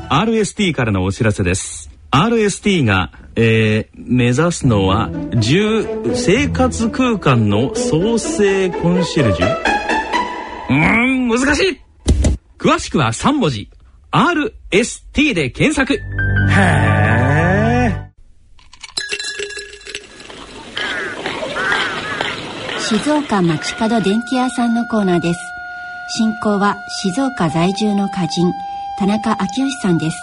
RST からのお知らせです。 RST が、目指すのは生活空間の創生コンシェルジュ。難しい。詳しくは3文字 RST で検索。へー。 静岡町角電気屋さんのコーナーです。進行は静岡在住の歌人田中昭義さんです。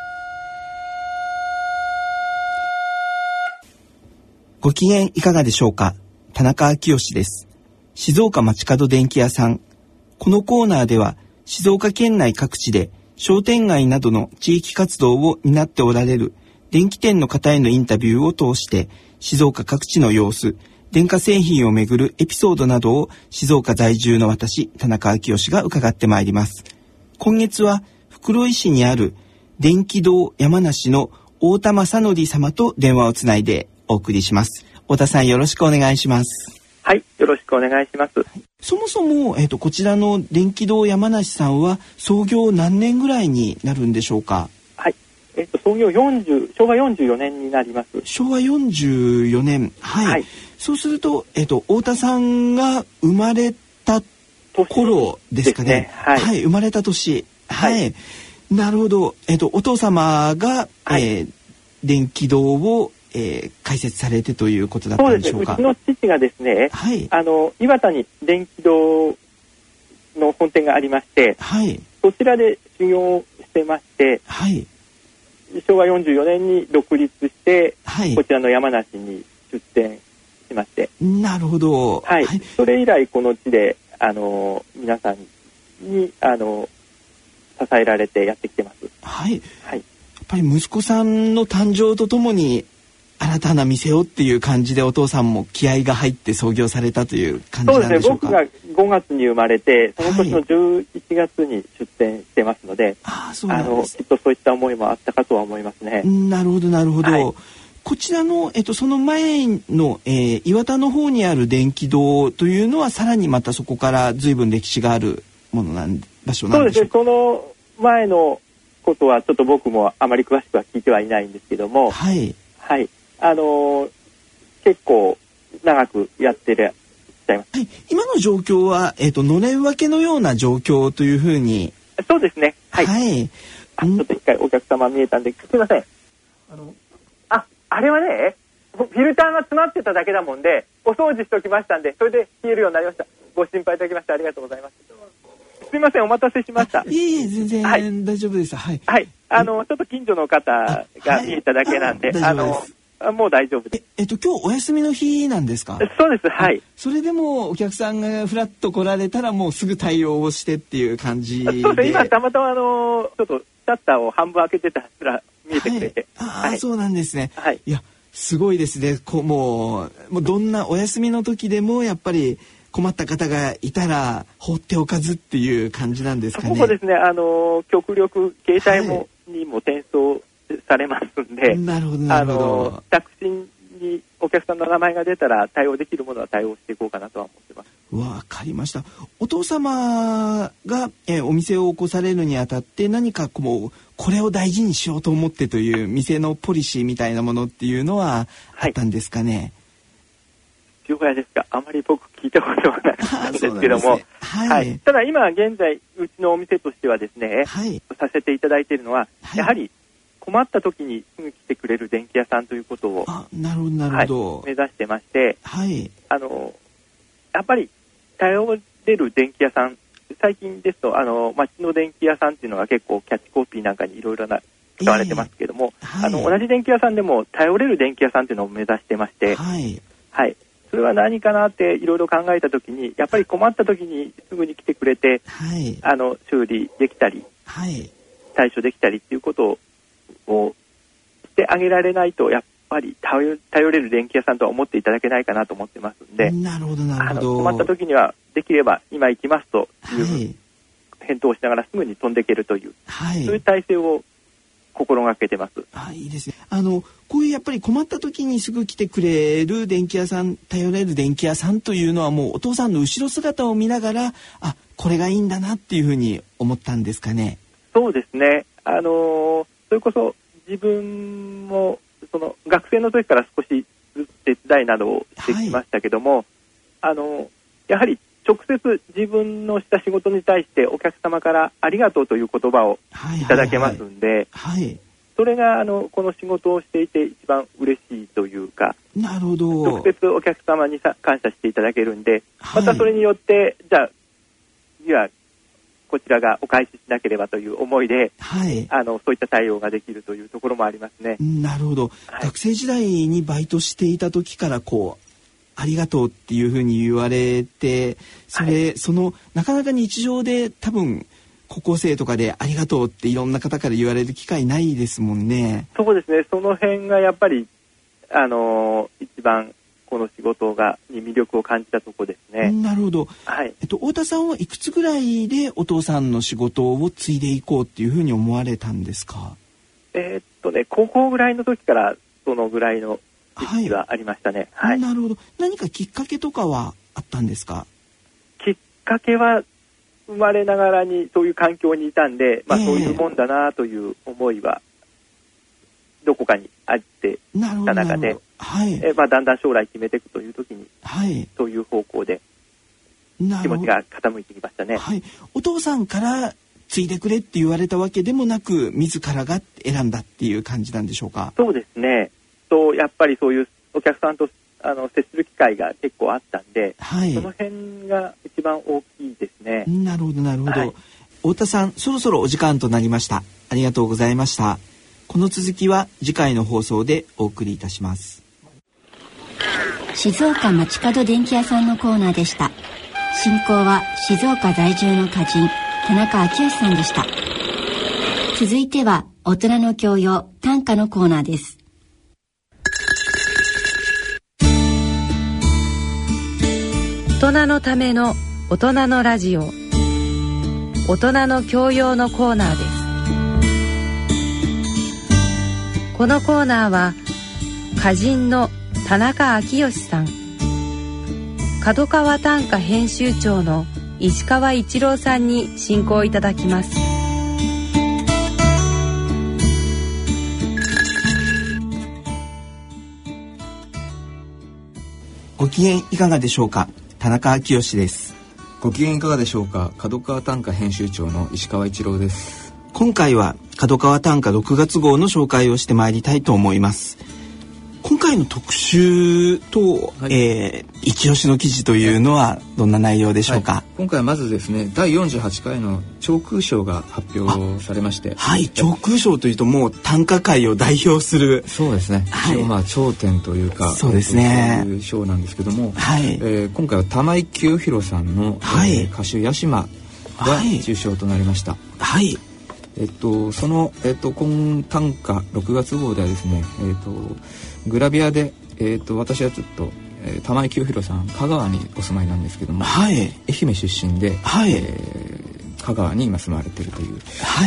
ご機嫌いかがでしょうか。田中昭義です。静岡町角電気屋さん。このコーナーでは静岡県内各地で商店街などの地域活動を担っておられる電気店の方へのインタビューを通して静岡各地の様子、電化製品をめぐるエピソードなどを静岡在住の私、田中昭義が伺ってまいります。今月は袋井市にある電気堂山梨の太田正則様と電話をつないでお送りします。太田さん、よろしくお願いします。 はい、よろしくお願いします。 そもそも、こちらの電気堂山梨さんは創業何年ぐらいになるんでしょうか。 はい、創業昭和44年になります。 昭和44年、はい、はい、そうすると、太田さんが生まれた頃ですかね。はい、はい、生まれた年、はい、はい、なるほど。お父様が、はい、電気堂を開設されてということだったんでしょうか。 そうですね、うちの父がですね、はい、岩田に電気堂の本店がありまして、はい、そちらで修行してまして、はい、昭和44年に独立して、はい、こちらの山梨に出店しまして。 なるほど。 はい、はい、それ以来この地で皆さんに支えられてやってきてます。はい、はい、やっぱり息子さんの誕生とともに新たな店をっていう感じでお父さんも気合が入って創業されたという感じなんでしょうか。 そうですね、僕が5月に生まれてその年の11月に出店してますので、はい、そうなんです。きっとそういった思いもあったかとは思いますね。 なるほどなるほど、はい、こちらの、その前の、岩田の方にある電気堂というのはさらにまたそこから随分歴史がある場所なんでしょうか。そうですね、 その前のことはちょっと僕もあまり詳しくは聞いてはいないんですけども、はいはい、結構長くやってらっしゃいます。 はい、今の状況は、のれん分けのような状況というふうに。 そうですね。はい。はい、ちょっと一回お客様見えたんで、すいません。あれはね、フィルターが詰まってただけだもんで、お掃除しておきましたんで、それで消えるようになりました。ご心配いただきましてありがとうございます。すいません、お待たせしました。 いえいえ、全然、はい、大丈夫です。はい。はい。 ちょっと近所の方が見えただけなんで、もう大丈夫です。 今日お休みの日なんですか。 そうです。はい。 それでもお客さんがフラッと来られたらもうすぐ対応をしてっていう感じで。 そうです。今たまたまちょっとシャッターを半分開けてたら見えてくれて。 はい、 はい、 そうなんですね。はい。いや、すごいですね。もうどんなお休みの時でもやっぱり困った方がいたら放っておかずっていう感じなんですかね。 そうですね。極力携帯にも転送されますんで、 なるほどなるほど。 着信にお客さんの名前が出たら対応できるものは対応していこうかなとは思ってます。 わかりました。お父様が、お店を起こされるにあたって何かこれを大事にしようと思ってという店のポリシーみたいなものっていうのはあったんですかね。 中古屋ですか。あまり僕聞いたことはないんですけども、ね、はいはい、ただ今現在うちのお店としてはですね、はい、させていただいているのは、はい、やはり困った時にすぐ来てくれる電気屋さんということをなるほどなるほど、 はい、目指してまして、はい、やっぱり頼れる電気屋さん、最近ですと町の電気屋さんっていうのが結構キャッチコピーなんかにいろいろな使われてますけども、はい、同じ電気屋さんでも頼れる電気屋さんっていうのを目指してまして、はいはい、それは何かなっていろいろ考えた時にやっぱり困った時にすぐに来てくれて、はい、修理できたり、はい、対処できたりっていうことをしてあげられないとやっぱり頼れる電気屋さんとは思っていただけないかなと思ってますんで、 なるほどなるほど。 困った時にはできれば今行きますという返答をしながらすぐに飛んでいけるという、はい、そういう体制を心がけてます。 いいですね。こういうやっぱり困った時にすぐ来てくれる電気屋さん、頼れる電気屋さんというのはもうお父さんの後ろ姿を見ながらこれがいいんだなっていうふうに思ったんですかね。 そうですね。 それこそ自分もその学生の時から少し手伝いなどをしてきましたけども、やはり直接自分のした仕事に対してお客様からありがとうという言葉をいただけますんで、それがこの仕事をしていて一番嬉しいというか、 なるほど、 直接お客様に感謝していただけるんで、またそれによってじゃあこちらがお返ししなければという思いで、そういった対応ができるというところもありますね。 なるほど、学生時代にバイトしていた時からありがとうっていうふうに言われて、そのなかなか日常で多分高校生とかでありがとうっていろんな方から言われる機会ないですもんね。 そうですね、その辺がやっぱり一番この仕事に魅力を感じたところですね。 なるほど、太田さんはいくつぐらいでお父さんの仕事を継いでいこうっていうふうに思われたんですか？ 高校ぐらいの時からそのぐらいの時期はありましたね。 なるほど。何かきっかけとかはあったんですか？ きっかけは生まれながらにそういう環境にいたんで、そういうもんだなという思いはどこかにあってきた中で、だんだん将来決めていくという時に、そういう方向で気持ちが傾いてきましたね。 お父さんから継いでくれって言われたわけでもなく、自らが選んだっていう感じなんでしょうか？ そうですね。やっぱりそういうお客さんと接する機会が結構あったんで、その辺が一番大きいですね。 なるほどなるほど、太田さん、そろそろお時間となりました。ありがとうございました。この続きは次回の放送でお送りいたします。 静岡街角電気屋さんのコーナーでした。進行は静岡在住の歌人田中昭義さんでした。続いては大人の教養短歌のコーナーです。 大人のための大人のラジオ、大人の教養のコーナーです。このコーナーは歌人の田中昭義さん、角川短歌編集長の石川一郎さんに進行いただきます。 ご機嫌いかがでしょうか？田中昭義です。 ご機嫌いかがでしょうか？角川短歌編集長の石川一郎です。 今回は角川短歌6月号の紹介をしてまいりたいと思います。今回の特集と、一押しの記事というのはどんな内容でしょうか？ 今回はまずですね、第48回の長空賞が発表されまして、 長空賞というともう短歌界を代表する、 そうですね、一応頂点というか、 そうですね、 そういう賞なんですけども、今回は玉井清弘さんの、歌手屋島が受賞となりました。その、今短歌6月号ではですね、グラビアで、私はちょっと、玉井清弘さん香川にお住まいなんですけども、愛媛出身で、香川に今住まわれているという、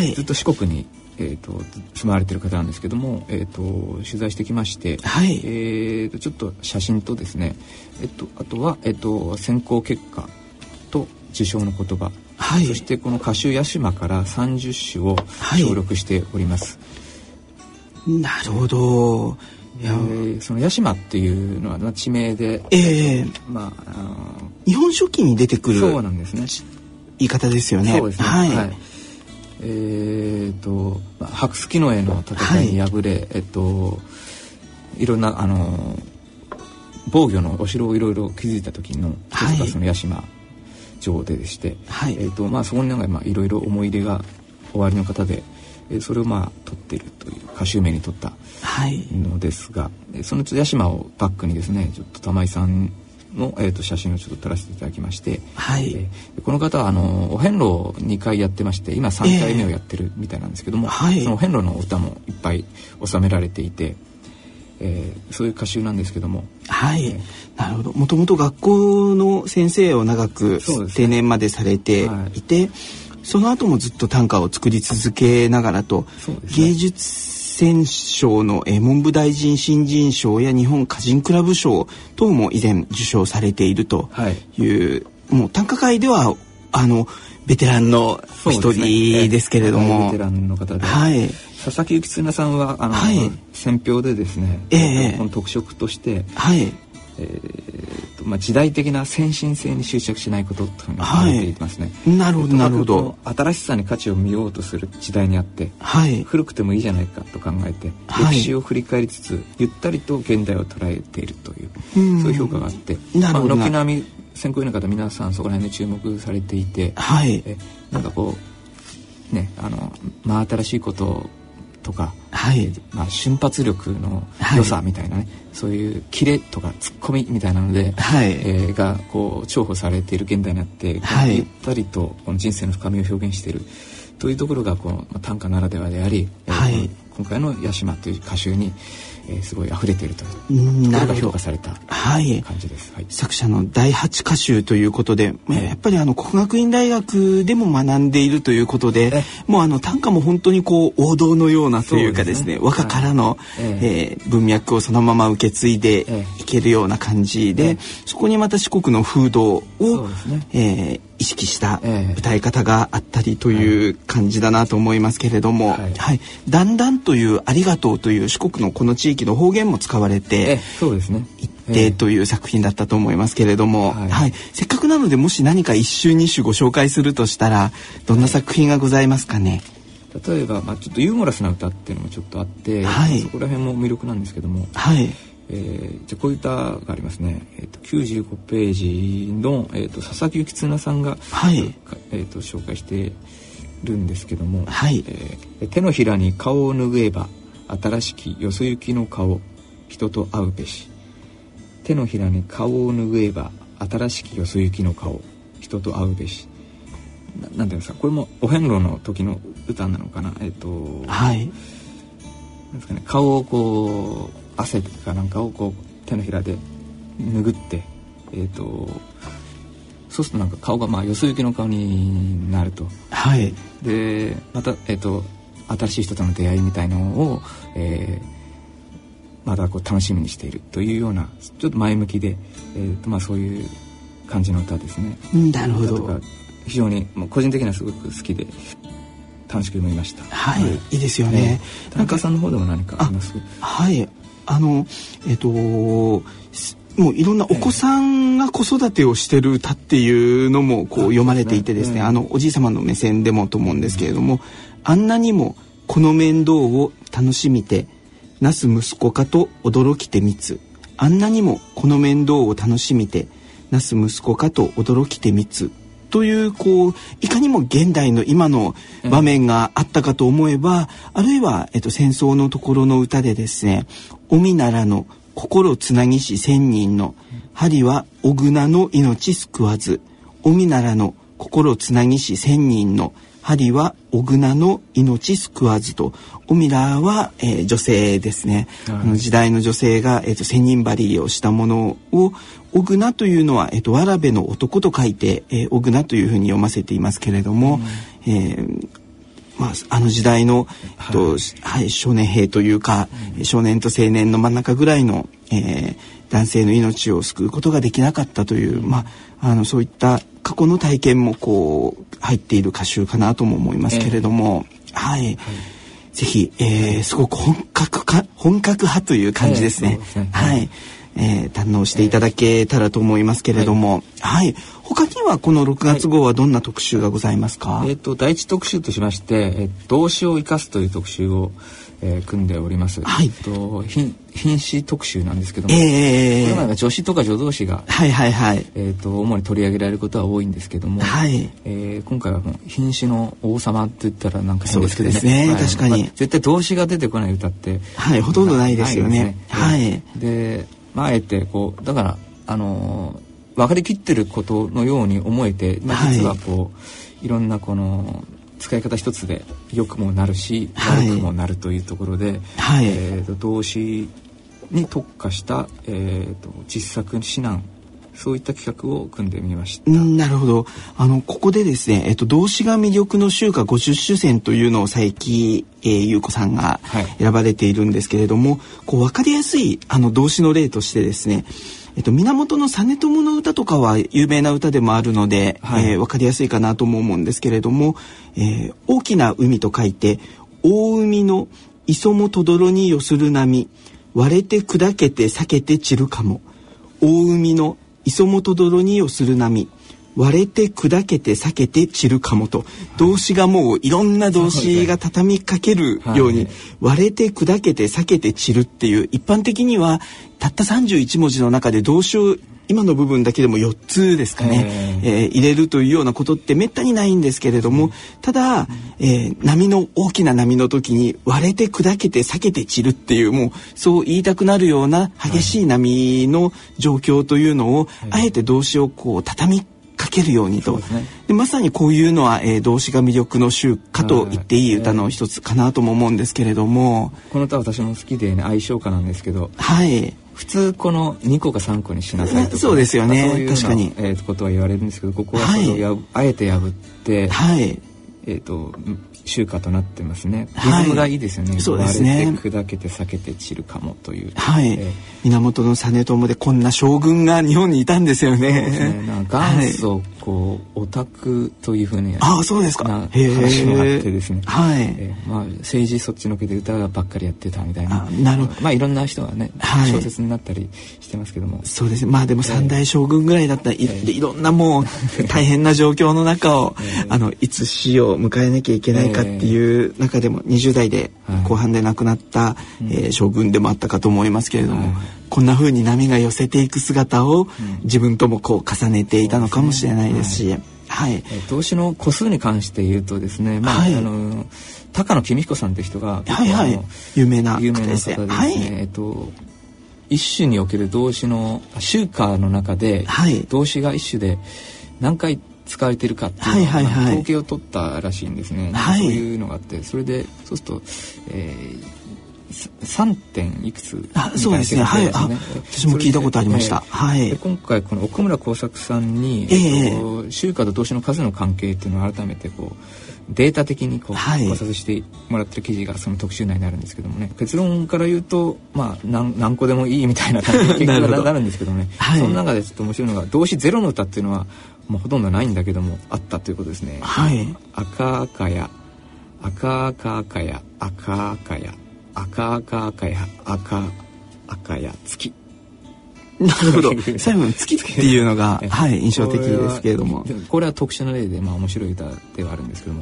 ずっと四国に、住まわれている方なんですけども、取材してきまして、ちょっと写真とですね、あとは、選考結果と受賞の言葉、そしてこの歌集屋島から30首を収録しております。 なるほど。 その屋島っていうのは地名で、 日本書紀に出てくる、 そうなんですね、 言い方ですよね。 そうですね。白月の絵の戦いに敗れ、いろんな防御のお城をいろいろ築いた時の一つがその屋島城でして、そこにいろいろ思い出がおありの方で、それを撮っているという歌集名に取ったのですが、その屋島をバックにですね、ちょっと玉井さんの、写真をちょっと撮らせていただきまして、この方はお遍路を2回やってまして、今3回目をやってるみたいなんですけども、そのお遍路の歌もいっぱい収められていて、そういう歌集なんですけども、 なるほど。もともと学校の先生を長く定年までされていて、その後もずっと短歌を作り続けながらと、芸術選奨の文部大臣新人賞や日本歌人クラブ賞等も以前受賞されているという、もう短歌界ではベテランの一人ですけれども、 ベテランの方で、佐々木幸綱さんは選評でですね、この特色として、時代的な先進性に執着しないことというのが言われていますね。 なるほどなるほど。 新しさに価値を見ようとする時代にあって、古くてもいいじゃないかと考えて、歴史を振り返りつつゆったりと現代を捉えているという、そういう評価があって、軒並み選考委員の方皆さんそこら辺で注目されていて、なんかこうね、真新しいこととか、瞬発力の良さみたいなね、そういうキレとかツッコミみたいなので、がこう重宝されている現代になって、ゆったりとこの人生の深みを表現しているというところがこの短歌ならではであり、今回の八島という歌集にすごい溢れているというところが評価された感じです。 作者の第8歌集ということで、やっぱり国学院大学でも学んでいるということで、もう短歌も本当にこう王道のようなというかですね、和歌からの文脈をそのまま受け継いでいけるような感じで、そこにまた四国の風土を意識した歌い方があったりという感じだなと思いますけれども、だんだんというありがとうという四国のこの地域の方言も使われて一定という作品だったと思いますけれども、せっかくなのでもし何か一首二首ご紹介するとしたらどんな作品がございますかね。 例えば、ちょっとユーモラスな歌っていうのもちょっとあって、そこら辺も魅力なんですけども、じゃあこういう歌がありますね。95ページの、佐々木幸綱さんが、紹介してるんですけども、手のひらに顔を拭えば新しきよそ行きの顔人と会うべし。手のひらに顔を拭えば新しきよそ行きの顔人と会うべし。なんていうんですか、これもお遍路の時の歌なのかな。なんですかね、顔をこう汗かなんかをこう手のひらで拭って、そうするとなんか顔がよそ行きの顔になると。でまた新しい人との出会いみたいのを、またこう楽しみにしているというようなちょっと前向きで、そういう感じの歌ですね。 なるほど。 非常に個人的にはすごく好きで楽しく読みました。 いいですよね。 田中さんの方でも何かあります？ もういろんなお子さんが子育てをしてる歌っていうのもこう読まれていてですね、おじい様の目線でもと思うんですけれども、あんなにもこの面倒を楽しみてなす息子かと驚きてみつ。あんなにもこの面倒を楽しみてなす息子かと驚きてみつというこういかにも現代の今の場面があったかと思えば、あるいは、戦争のところの歌でですね、おみならの心つなぎし千人の針はおぐなの命救わず。おみならの心つなぎし千人の針はおぐなの命救わずと、おみらは、女性ですね。時代の女性が、千人針をしたものをおぐなというのは、わらべの男と書いて、おぐなというふうに読ませていますけれども、あの時代の、少年兵というか、少年と青年の真ん中ぐらいの、男性の命を救うことができなかったという、そういった過去の体験もこう入っている歌集かなとも思いますけれども、ぜひ、すごく本格派という感じですね。堪能していただけたらと思いますけれども、他にはこの6月号はどんな特集がございますか？ 第一特集としまして、動詞を生かすという特集を、組んでおります。品詞特集なんですけども、これまでは助詞とか助動詞が、主に取り上げられることは多いんですけども、今回はもう品詞の王様って言ったらなんか変ですけどね。 確かに、 絶対動詞が出てこない歌ってほとんどないですよね。 であえてこうだから分かりきってることのように思えて、実はこういろんなこの使い方一つで良くもなるし悪くもなるというところで、動詞に特化した、実作指南、そういった企画を組んでみました。 なるほど。ここでですね、動詞が魅力の集歌50首選というのを佐伯優子さんが選ばれているんですけれども、こう分かりやすい動詞の例としてですね、 源実朝の歌とかは有名な歌でもあるので、わかりやすいかなとも思うんですけれども、大きな海と書いて大海の磯もとどろによする波、割れて砕けて裂けて散るかも。大海の磯もとどろによする波、割れて砕けて裂けて散るかもと、動詞がもういろんな動詞が畳みかけるように、割れて砕けて裂けて散るっていう、一般的にはたった31文字の中で動詞を今の部分だけでも4つですかね、入れるというようなことってめったにないんですけれども、ただ、大きな波の時に割れて砕けて裂けて散るっていう、もうそう言いたくなるような激しい波の状況というのを、あえて動詞をこう畳みかけるようにと、でまさにこういうのは、動詞が魅力の集歌と言っていい歌の一つかなとも思うんですけれども、 この歌私も好きでね、愛称歌なんですけど、普通この2個か3個にしなさいとか、 そうですよね、 そういう確かに、 ことは言われるんですけど、ここはそれをあえて破って、集歌となってますね。リズムがいいですよね。 そうですね。 割れて砕けて裂けて散るかもという。 源実朝でこんな将軍が日本にいたんですよね。 そうですね。元祖こうオタクというふうにそうですか。 話もあってですね。 まあ政治そっちのけで歌ばっかりやってたみたいな。 なるほど。 まあいろんな人がね、小説になったりしてますけども。 そうですね。まあでも三代将軍ぐらいだったらいろんなもう大変な状況の中をいつ死を迎えなきゃいけないかっていう中でも20代で後半で亡くなった将軍でもあったかと思いますけれども、こんな風に波が寄せていく姿を自分ともこう重ねていたのかもしれないですし、 動詞の個数に関して言うとですね、高野公彦さんという人が有名な方ですね。一種における動詞の集歌の中で、動詞が一種で何回使われているかっていうのを統計を取ったらしいんですね。そういうのがあって、それでそうすると、3点いくつ、 そうですね。私も聞いたことありました。 今回この奥村耕作さんに、集歌と動詞の数の関係っていうのを改めてこうデータ的にこう考察してもらってる記事がその特集内になるんですけどもね、結論から言うと何個でもいいみたいな感じになるんですけどね。その中でちょっと面白いのが、動詞ゼロの歌っていうのはもうほとんどないんだけどもあったということですね。赤赤や赤赤赤や赤赤や赤赤赤や赤赤や月。 なるほど。最後の月っていうのが印象的ですけれども、 これは特殊な例で面白い歌ではあるんですけども、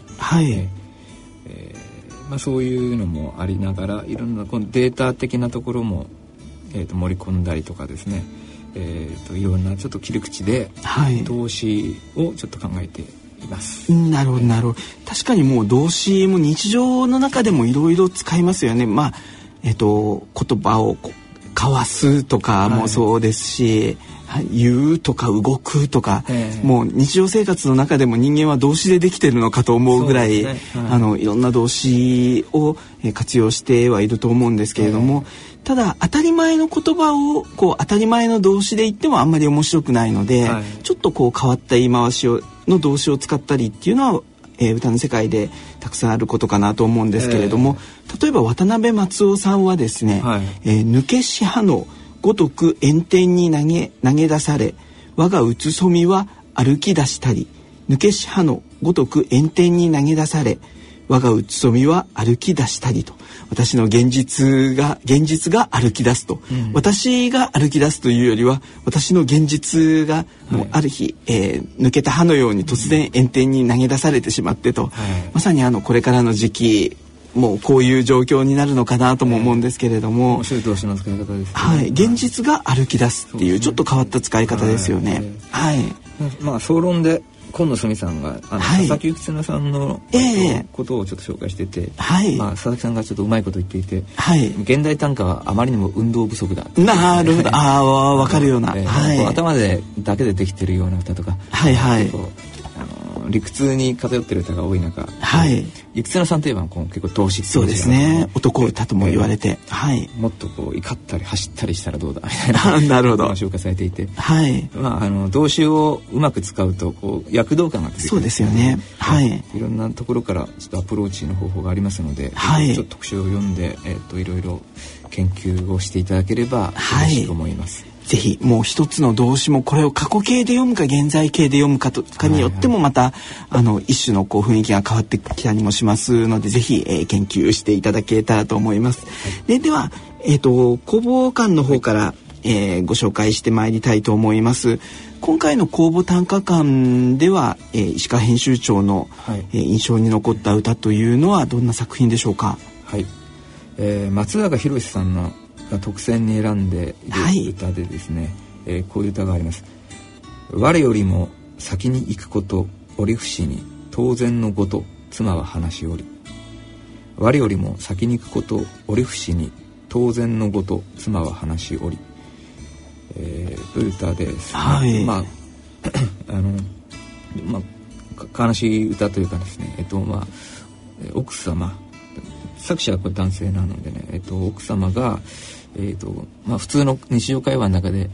そういうのもありながら、いろんなこのデータ的なところも、盛り込んだりとかですね、いろんなちょっと切り口で動詞をちょっと考えています。 なるほどなるほど。確かにもう動詞も日常の中でもいろいろ使いますよね。言葉を交わすとかもそうですし、言うとか動くとか、もう日常生活の中でも人間は動詞でできてるのかと思うぐらい、いろんな動詞を活用してはいると思うんですけれども、ただ当たり前の言葉をこう当たり前の動詞で言ってもあんまり面白くないので、ちょっとこう変わった言い回しの動詞を使ったりっていうのは、歌の世界でたくさんあることかなと思うんですけれども、例えば渡辺松尾さんはですね、抜けし葉のごとく炎天に投げ出され、我がうつそみは歩き出したり、抜けし葉のごとく炎天に投げ出され、我がうつそみは歩き出したりと、私の現実が歩き出すと、私が歩き出すというよりは私の現実がもうある日、抜けた葉のように突然炎天に投げ出されてしまってと、まさにこれからの時期もうこういう状況になるのかなとも思うんですけれども、 面白い動詞の使い方ですね。 現実が歩き出すっていうちょっと変わった使い方ですよね。 総論で今野澄さんが佐々木幸綱さんのことをちょっと紹介してて、佐々木さんがちょっとうまいこと言っていて、現代短歌はあまりにも運動不足だ。 なるほど。分かるような、 頭だけでできてるような歌とか、理屈に偏ってる歌が多い中、生綱さんといえば結構動詞ってそうですね、男歌とも言われて、 もっとこう怒ったり走ったりしたらどうだみたいななるほど紹介されていて、動詞をうまく使うとこう躍動感が出てくる。 そうですよね。 いろんなところからちょっとアプローチの方法がありますので、ちょっと特集を読んで、いろいろ研究をしていただければ嬉しいと思います。 ぜひもう一つの動詞もこれを過去形で読むか現在形で読むかとかによってもまた、一種の雰囲気が変わってきたりもしますので、ぜひ、研究していただけたらと思います。では、工房館の方から、ご紹介してまいりたいと思います。今回の公募短歌館では、石川編集長の、印象に残った歌というのはどんな作品でしょうか？ はい、松坂弘さんのが特選に選んでいる歌でですね、こういう歌があります。我よりも先に行くこと折伏に当然のごと妻は話しおり。我よりも先に行くこと折伏に当然のごと妻は話しおり、という歌です、ね。悲しい歌というかですね、奥様、作者はこれ男性なのでね、奥様が、普通の日常会話の中で、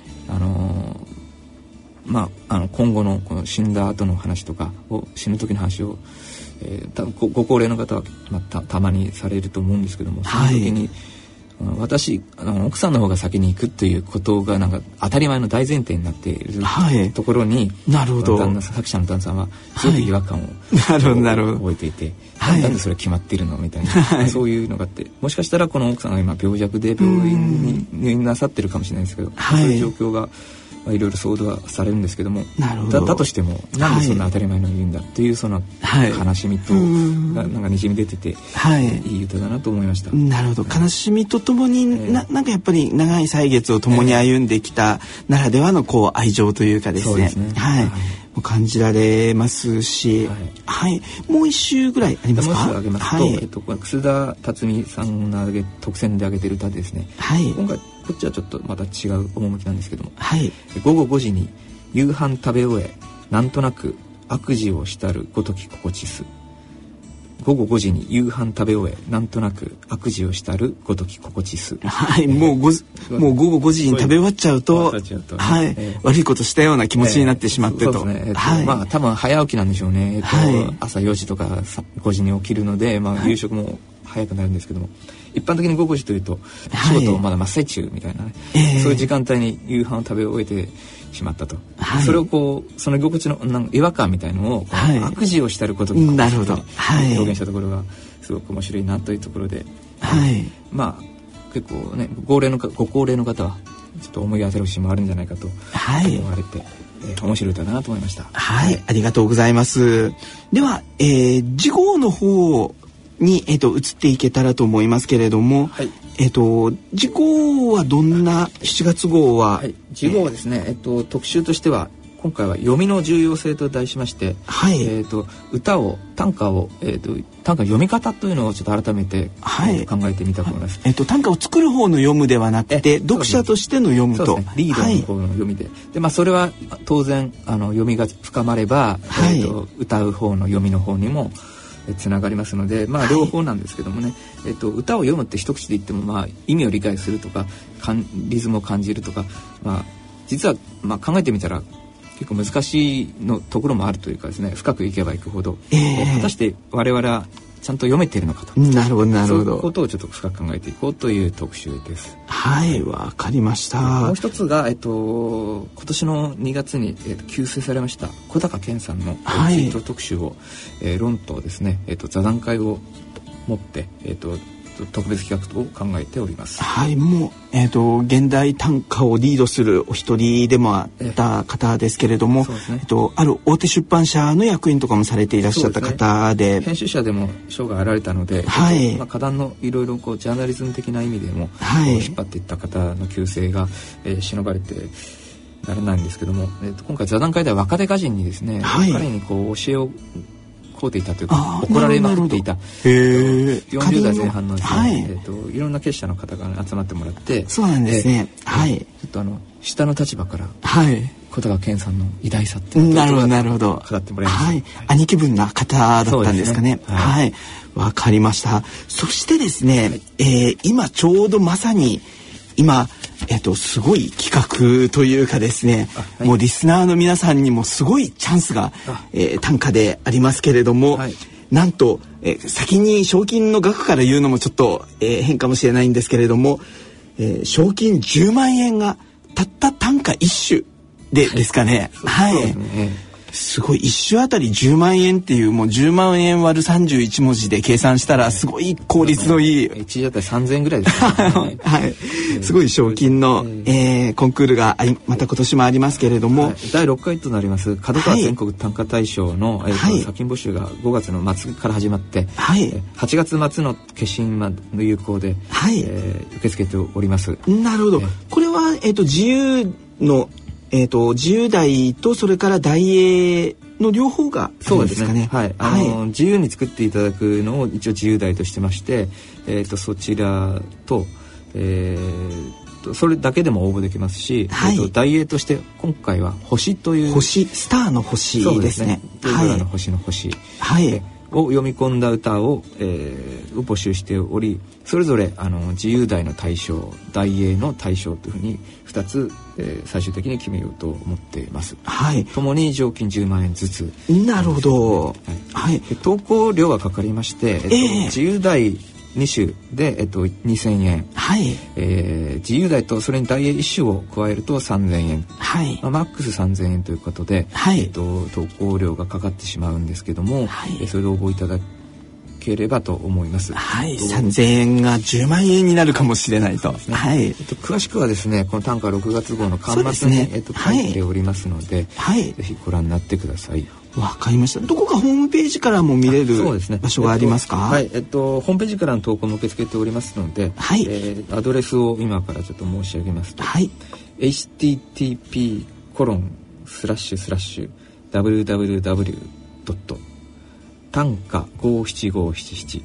今後のこの死んだ後の話とか死ぬ時の話を、ご高齢の方は、たまにされると思うんですけども、その時に、奥さんの方が先に行くということがなんか当たり前の大前提になっているところに、 なるほど、 作者の旦那さんはすごく違和感を覚えていて、なんでそれ決まっているのみたいな、そういうのがあって、もしかしたらこの奥さんが今病弱で病院に入院なさってるかもしれないですけど、そういう状況がいろいろ想像はされるんですけども、だとしてもなんでそんな当たり前の言うんだっていうその悲しみとがなんかにじみ出てて、いい歌だなと思いました。 なるほど、悲しみとともになんかやっぱり長い歳月を共に歩んできたならではの愛情というかですね、感じられますし、もう一首ぐらいありますか？ もう一首あげますと、楠田辰巳さんが特選で挙げてる歌でですね、今回こっちはちょっとまた違う趣なんですけども、午後5時に夕飯食べ終えなんとなく悪事をしたるごとき心地す。午後5時に夕飯食べ終えなんとなく悪事をしたるごとき心地す。 もう午後5時に食べ終わっちゃうと、悪いことしたような気持ちになってしまってと。多分早起きなんでしょうね。朝4時とか5時に起きるので、夕食も早くなるんですけども、一般的に午後5時というと仕事まだ真っ最中みたいなね、そういう時間帯に夕飯を食べ終えてしまったと、それをその居心地の違和感みたいのを悪事をしたることに表現したところがすごく面白いなというところで、結構ねご高齢の方はちょっと思い当たる節もあるんじゃないかと思われて、面白い歌だなと思いました。 ありがとうございます。では、次号の方に、移っていけたらと思いますけれども、次号はどんな7月号は、 次号はですね、特集としては今回は読みの重要性と題しまして、短歌の読み方というのをちょっと改めて、考えてみたと思います。 短歌を作る方の読むではなくて読者としての読むと、 リードの方の読みで、それは当然読みが深まれば、歌う方の読みの方にもつながりますので、両方なんですけどもね、歌を読むって一口で言っても、意味を理解するとかリズムを感じるとか、実は考えてみたら結構難しいのところもあるというかですね、深くいけばいくほど、果たして我々はちゃんと読めているのかと、 なるほどなるほど、 そういうことをちょっと深く考えていこうという特集です。 わかりました。 もう一つが、今年の2月に、急成されました小高健さんのツイート特集を、論とですね、座談会を持って、特別企画を考えております。 もう、現代短歌をリードするお一人でもあった方ですけれども、ある大手出版社の役員とかもされていらっしゃった方で、 編集者でも生涯あられたので、歌壇のいろいろジャーナリズム的な意味でも、引っ張っていった方の旧姓が、忍ばれてならないんですけども、今回座談会では若手歌人にですね、彼に教えを請うていたというか、怒られまくっていた40代前半のですね、いろんな結社の方が集まってもらって、 そうなんですね。 ちょっと下の立場から小高健さんの偉大さってなるほど語ってもらいました。 兄貴分な方だったんですかね。わかりました。そしてですね、今ちょうどまさにすごい企画というかですね、もうリスナーの皆さんにもすごいチャンスが、短歌でありますけれども、なんと、先に賞金の額から言うのもちょっと、変かもしれないんですけれども、賞金10万円がたった単価1種ですかね。はい。すごい1種あたり10万円っていうもう10万円割る31文字で計算したらすごい効率のいい 1時だったら3000円ぐらいですね。 はい、すごい賞金の、コンクールがまた今年もありますけれども、 第6回となります角川全国短歌大賞の、作品募集が5月の末から始まって、8月末の消印までの有効で、受け付けております。 なるほど。これは、自由の自由題とそれから題英の両方があるんですかね。 自由に作っていただくのを一応自由題としてまして、そちらと、それだけでも応募できますし、題英として今回は星という星、スターの星ですね。 夜の星の星。を読み込んだ歌を、募集しており、それぞれ自由題の大賞、題英の大賞というふうに2つ、最終的に決めようと思っています。ともに賞金10万円ずつ。 なるほど。 投稿料がかかりまして、自由題2種で、2000円、自由題とそれに題英1種を加えると3000円、マックス3000円ということで、投稿料がかかってしまうんですけども、それで応募いただければと思います。 3000円が10万円になるかもしれないと。 詳しくはですね、この短歌6月号の巻末に、書いておりますので、ぜひご覧になってください。 わかりました。どこかホームページからも見れる場所がありますか？ ホームページからの投稿も受け付けておりますので、アドレスを今からちょっと申し上げますと、http://www. 短歌57577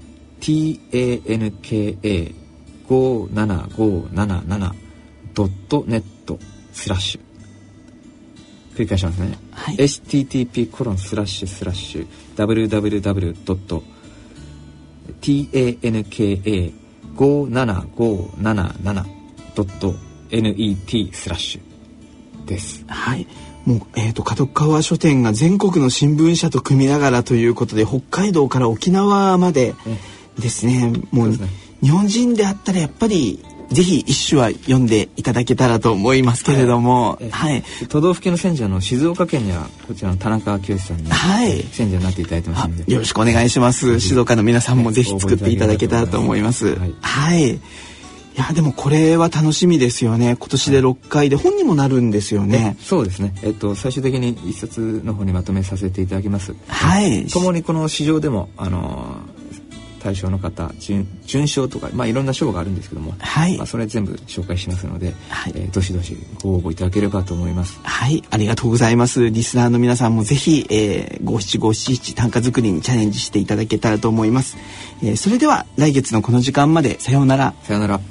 tanka57577.net/ 繰り返しますね。http://www.tanka57577.net/ です。 もう角川書店が全国の新聞社と組みながらということで、北海道から沖縄までですね。もう日本人であったらやっぱりぜひ一種は読んでいただけたらと思いますけれども、 都道府県の選者の静岡県にはこちらの田中明義さんに選者になっていただいてますので、 よろしくお願いします。静岡の皆さんもぜひ作っていただけたらと思います。いやでもこれは楽しみですよね。今年で6回で本にもなるんですよね。 そうですね。最終的に一冊の方にまとめさせていただきます。ともにこの市場でも大賞の方、準賞とか、いろんな賞があるんですけども、それ全部紹介しますので、どしどしご応募いただければと思います。 ありがとうございます。リスナーの皆さんもぜひ、57577短歌作りにチャレンジしていただけたらと思います。それでは来月のこの時間までさようなら。 さようなら。